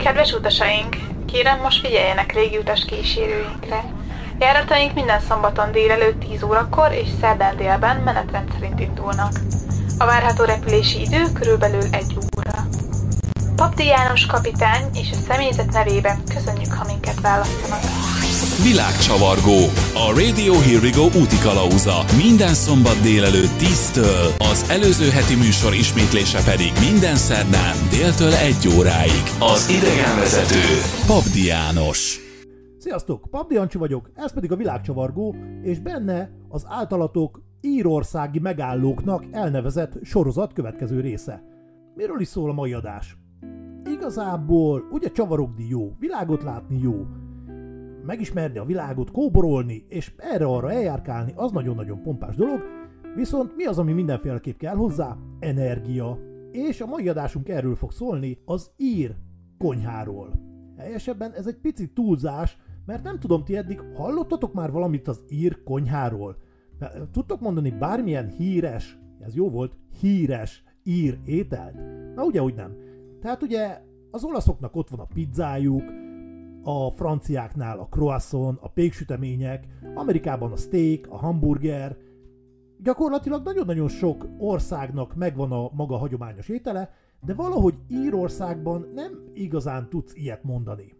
Kedves utasaink, kérem most figyeljenek régiutas kísérőinkre. Járataink minden szombaton délelőtt 10 órakor és szerdán délben menetrend szerint indulnak. A várható repülési idő körülbelül 1 óra. Papdi János kapitány és a személyzet nevében köszönjük, ha minket választanak. Világcsavargó, a Radio Here We Go útikalauza minden szombat délelőtt 10-től, az előző heti műsor ismétlése pedig minden szerdán déltől 1 óráig. Az idegenvezető Papdi János. Sziasztok, Papdi Jancsi vagyok, ez pedig a Világcsavargó, és benne az általatok írországi megállóknak elnevezett sorozat következő része. Miről is szól a mai adás? Igazából ugye csavarogni jó, világot látni jó, megismerni a világot, kóborolni, és erre-arra eljárkálni, az nagyon-nagyon pompás dolog, viszont mi az, ami mindenféleképp kell hozzá? Energia. És a mai adásunk erről fog szólni, az ír konyháról. Helyesebben ez egy pici túlzás, mert nem tudom, ti eddig hallottatok már valamit az ír konyháról? Tudtok mondani bármilyen híres, ez jó volt, híres ír ételt? Na ugye, úgy nem. Tehát ugye az olaszoknak ott van a pizzájuk, a franciáknál a croissant, a péksütemények, Amerikában a steak, a hamburger. Gyakorlatilag nagyon-nagyon sok országnak megvan a maga hagyományos étele, de valahogy Írországban nem igazán tudsz ilyet mondani.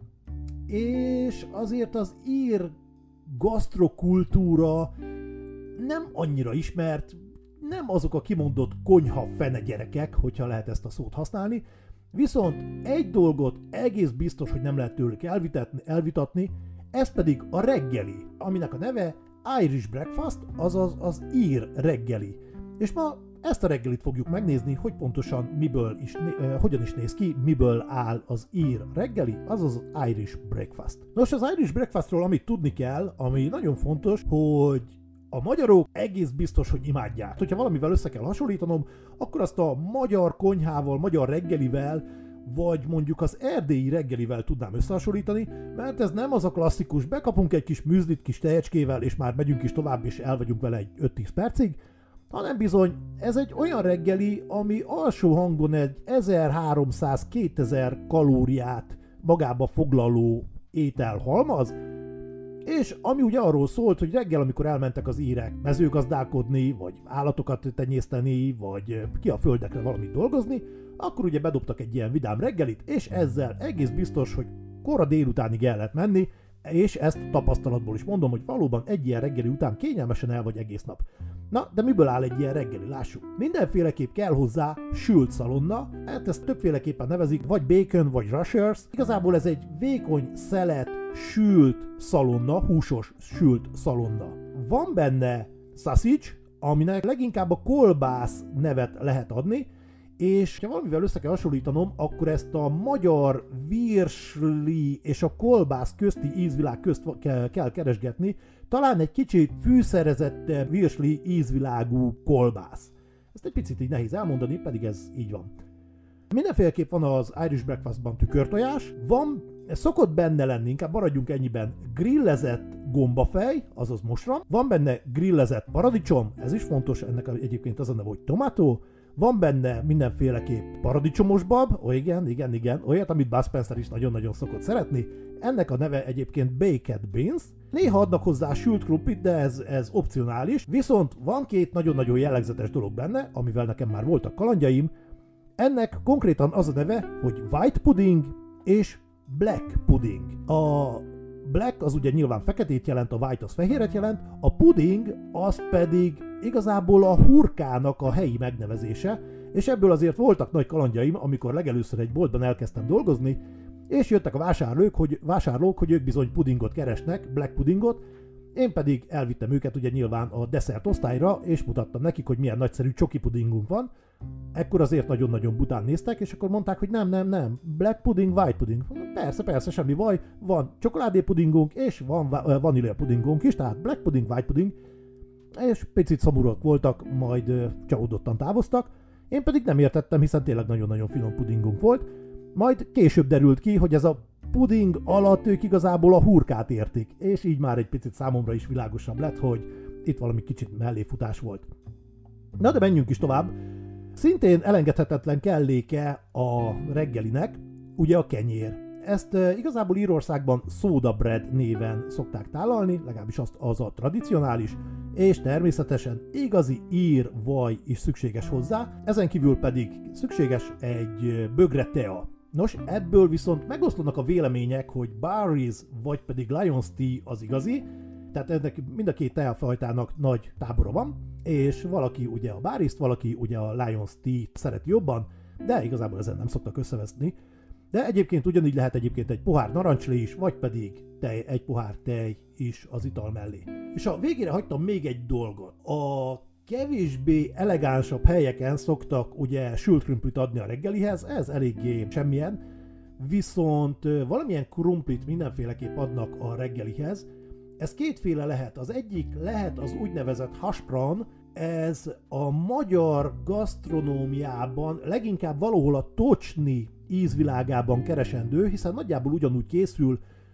És azért az ír gasztrokultúra nem annyira ismert, nem azok a kimondott konyha fene gyerekek, hogyha lehet ezt a szót használni, viszont egy dolgot egész biztos, hogy nem lehet tőlük elvitatni, ez pedig a reggeli, aminek a neve Irish Breakfast, azaz az ír reggeli. És ma ezt a reggelit fogjuk megnézni, hogy pontosan hogyan is néz ki, miből áll az ír reggeli, azaz az Irish Breakfast. Nos, az Irish Breakfastról amit tudni kell, ami nagyon fontos, hogy a magyarok egész biztos, hogy imádják. Hogyha valamivel össze kell hasonlítanom, akkor azt a magyar konyhával, magyar reggelivel, vagy mondjuk az erdélyi reggelivel tudnám összehasonlítani, mert ez nem az a klasszikus, bekapunk egy kis műzlit kis tejecskével, és már megyünk is tovább, és el vagyunk vele egy 5-10 percig, hanem bizony, ez egy olyan reggeli, ami alsó hangon egy 1300-2000 kalóriát magába foglaló ételhalmaz, és ami ugye arról szólt, hogy reggel, amikor elmentek az írek mezőgazdálkodni, vagy állatokat tenyészteni, vagy ki a földekre valamit dolgozni, akkor ugye bedobtak egy ilyen vidám reggelit, és ezzel egész biztos, hogy kora délutánig el lehet menni, és ezt tapasztalatból is mondom, hogy valóban egy ilyen reggeli után kényelmesen el vagy egész nap. Na, de miből áll egy ilyen reggeli? Lássuk. Mindenféleképp kell hozzá sült szalonna, hát ezt többféleképpen nevezik, vagy bacon, vagy rashers. Igazából ez egy vékony, szelet, sült szalonna, húsos sült szalonna. Van benne sausage, aminek leginkább a kolbász nevet lehet adni, és ha valamivel össze kell hasonlítanom, akkor ezt a magyar virsli és a kolbász közti ízvilág közt kell keresgetni, talán egy kicsit fűszerezettebb virsli ízvilágú kolbász. Ezt egy picit így nehéz elmondani, pedig ez így van. Mindenféleképp van az Irish Breakfastban tükörtojás, szokott benne lenni, inkább maradjunk ennyiben, grillezett gombafej, azaz mosram, van benne grillezett paradicsom, ez is fontos, ennek egyébként az a neve, hogy tomató, van benne mindenféleképp paradicsomos bab, igen, olyat, amit Bud Spencer is nagyon-nagyon szokott szeretni, ennek a neve egyébként baked beans, néha adnak hozzá sült krumplit, de ez opcionális, viszont van két nagyon-nagyon jellegzetes dolog benne, amivel nekem már voltak kalandjaim, ennek konkrétan az a neve, hogy white pudding és black pudding. A black az ugye nyilván feketét jelent, a white az fehéret jelent, a pudding az pedig igazából a hurkának a helyi megnevezése, és ebből azért voltak nagy kalandjaim, amikor legelőször egy boltban elkezdtem dolgozni, és jöttek a vásárlók, hogy ők bizony pudingot keresnek, black puddingot, én pedig elvittem őket ugye nyilván a desszert osztályra, és mutattam nekik, hogy milyen nagyszerű csoki pudingunk van. Ekkor azért nagyon-nagyon bután néztek, és akkor mondták, hogy nem, black pudding, white pudding. Persze, semmi baj, van csokoládé pudingunk, és van vanília pudingunk is, tehát black pudding, white pudding, és picit szomorúak voltak, majd csalódottan távoztak. Én pedig nem értettem, hiszen tényleg nagyon-nagyon finom pudingunk volt. Majd később derült ki, hogy ez a puding alatt ők igazából a hurkát értik, és így már egy picit számomra is világosabb lett, hogy itt valami kicsit melléfutás volt. Na de menjünk is tovább. Szintén elengedhetetlen kelléke a reggelinek, ugye a kenyér. Ezt igazából Írországban soda bread néven szokták tálalni, legalábbis az a tradicionális, és természetesen igazi ír vaj is szükséges hozzá, ezen kívül pedig szükséges egy bögre tea. Nos, ebből viszont megoszlanak a vélemények, hogy Barry's vagy pedig Lyons Tea az igazi, tehát ennek mind a két teafajtának nagy tábora van, és valaki ugye a Barry's-t, valaki ugye a Lyons Tea-t szereti jobban, de igazából ezen nem szoktak összeveszni. De egyébként ugyanígy lehet egyébként egy pohár narancslé is, vagy pedig egy pohár tej is az ital mellé. És a végére hagytam még egy dolgot. A kevésbé elegánsabb helyeken szoktak ugye sült krumplit adni a reggelihez, ez eléggé semmilyen, viszont valamilyen krumplit mindenféleképp adnak a reggelihez. Ez kétféle lehet. Az egyik lehet az úgynevezett hash brown, ez a magyar gasztronómiában leginkább valahol a tocsni ízvilágában keresendő, hiszen nagyjából ugyanúgy készül,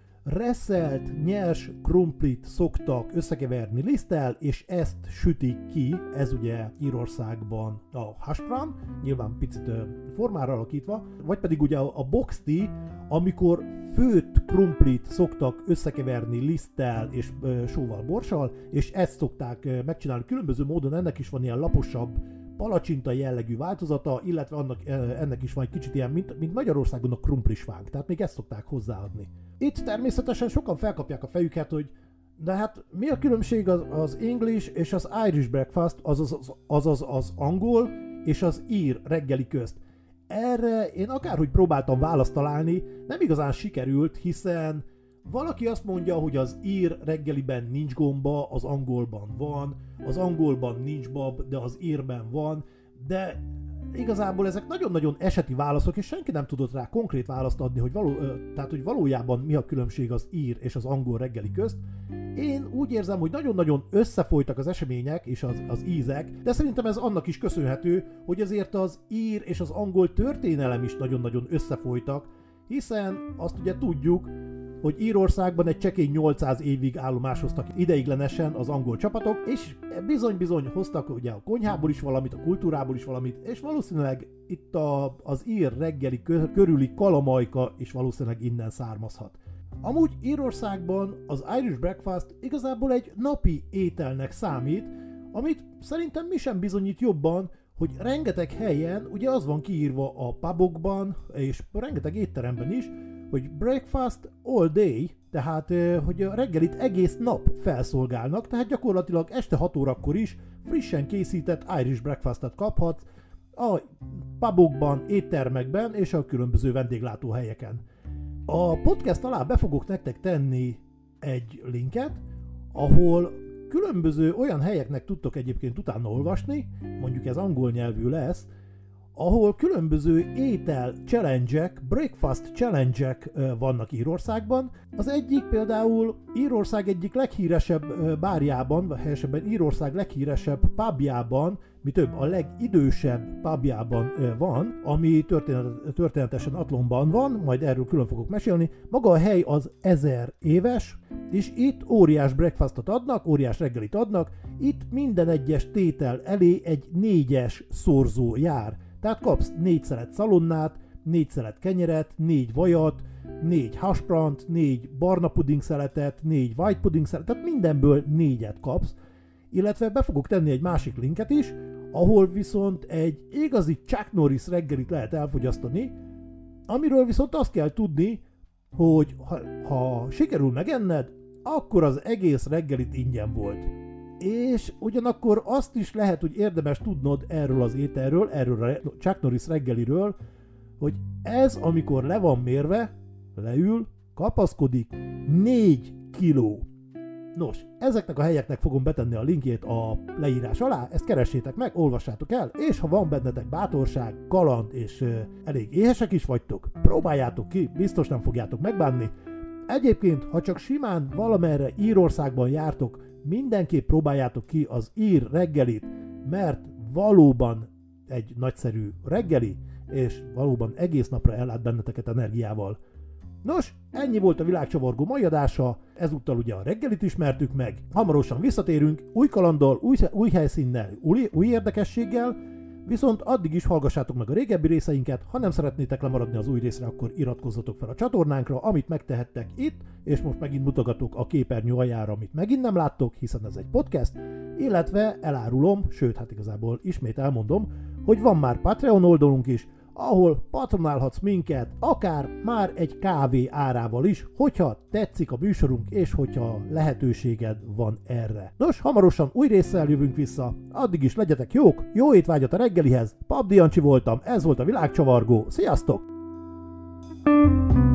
reszelt, nyers krumplit szoktak összekeverni liszttel, és ezt sütik ki, ez ugye Írországban a hash brown, nyilván picit formára alakítva, vagy pedig ugye a box tea, amikor főtt krumplit szoktak összekeverni liszttel és sóval, borssal, és ezt szokták megcsinálni különböző módon, ennek is van ilyen laposabb, palacsinta jellegű változata, illetve ennek is van egy kicsit ilyen, mint Magyarországon a krumplisvánk, tehát még ezt szokták hozzáadni. Itt természetesen sokan felkapják a fejüket, hogy de hát mi a különbség az English és az Irish breakfast, azaz az angol és az ír reggeli közt. Erre én akárhogy próbáltam választ találni, nem igazán sikerült, hiszen valaki azt mondja, hogy az ír reggeliben nincs gomba, az angolban van, az angolban nincs bab, de az írben van, de igazából ezek nagyon-nagyon eseti válaszok, és senki nem tudott rá konkrét választ adni, hogy valójában mi a különbség az ír és az angol reggeli közt. Én úgy érzem, hogy nagyon-nagyon összefolytak az események és az ízek, de szerintem ez annak is köszönhető, hogy azért az ír és az angol történelem is nagyon-nagyon összefolytak, hiszen azt ugye tudjuk, hogy Írországban egy csekély 800 évig állomásoztak ideiglenesen az angol csapatok, és bizony-bizony hoztak ugye a konyhából is valamit, a kultúrából is valamit, és valószínűleg itt az ír reggeli körüli kalamajka is valószínűleg innen származhat. Amúgy Írországban az Irish breakfast igazából egy napi ételnek számít, amit szerintem mi sem bizonyít jobban, hogy rengeteg helyen, ugye az van kiírva a pubokban, és rengeteg étteremben is, hogy breakfast all day, tehát hogy a reggelit egész nap felszolgálnak, tehát gyakorlatilag este 6 órakor is frissen készített Irish breakfastot kaphatsz a pubokban, éttermekben és a különböző vendéglátóhelyeken. A podcast alá be fogok nektek tenni egy linket, ahol különböző olyan helyeknek tudtok egyébként utána olvasni, mondjuk ez angol nyelvű lesz, ahol különböző étel challenge-ek, breakfast challenge-ek vannak Írországban. Az egyik például Írország egyik leghíresebb bárjában, vagy helyesebben Írország leghíresebb pubjában, mi több, a legidősebb pubjában van, ami történetesen Athlonban van, majd erről külön fogok mesélni. Maga a hely az 1000 éves, és itt óriás breakfastot adnak, óriás reggelit adnak, itt minden egyes tétel elé egy 4-es szorzó jár. Tehát kapsz 4 szelet szalonnát, 4 szelet kenyeret, 4 vajat, 4 hash brownt, 4 barna puding szeletet, 4 white puding szeletet, tehát mindenből 4-et kapsz, illetve be fogok tenni egy másik linket is, ahol viszont egy igazi Chuck Norris reggelit lehet elfogyasztani, amiről viszont azt kell tudni, hogy ha sikerül megenned, akkor az egész reggelit ingyen volt. És ugyanakkor azt is lehet, hogy érdemes tudnod erről az ételről, erről a Chuck Norris reggeliről, hogy ez, amikor le van mérve, leül, kapaszkodik, 4 kiló. Nos, ezeknek a helyeknek fogom betenni a linkjét a leírás alá, ezt keressétek meg, olvassátok el, és ha van bennetek bátorság, kaland és elég éhesek is vagytok, próbáljátok ki, biztos nem fogjátok megbánni. Egyébként, ha csak simán valamerre Írországban jártok, mindenképp próbáljátok ki az ír reggelit, mert valóban egy nagyszerű reggeli, és valóban egész napra ellát benneteket energiával. Nos, ennyi volt a világcsavargó mai adása, ezúttal ugye a reggelit ismertük meg, hamarosan visszatérünk, új kalanddal, új helyszínnel, új érdekességgel, Viszont addig is hallgassátok meg a régebbi részeinket, ha nem szeretnétek lemaradni az új részre, akkor iratkozzatok fel a csatornánkra, amit megtehettek itt, és most megint mutogatok a képernyő aljára, amit megint nem láttok, hiszen ez egy podcast, illetve elárulom, sőt, hát igazából ismét elmondom, hogy van már Patreon oldalunk is, ahol patronálhatsz minket, akár már egy kávé árával is, hogyha tetszik a műsorunk, és hogyha lehetőséged van erre. Nos, hamarosan új résszel jövünk vissza, addig is legyetek jók, jó étvágyat a reggelihez, Pap Diancsi voltam, ez volt a Világcsavargó, sziasztok!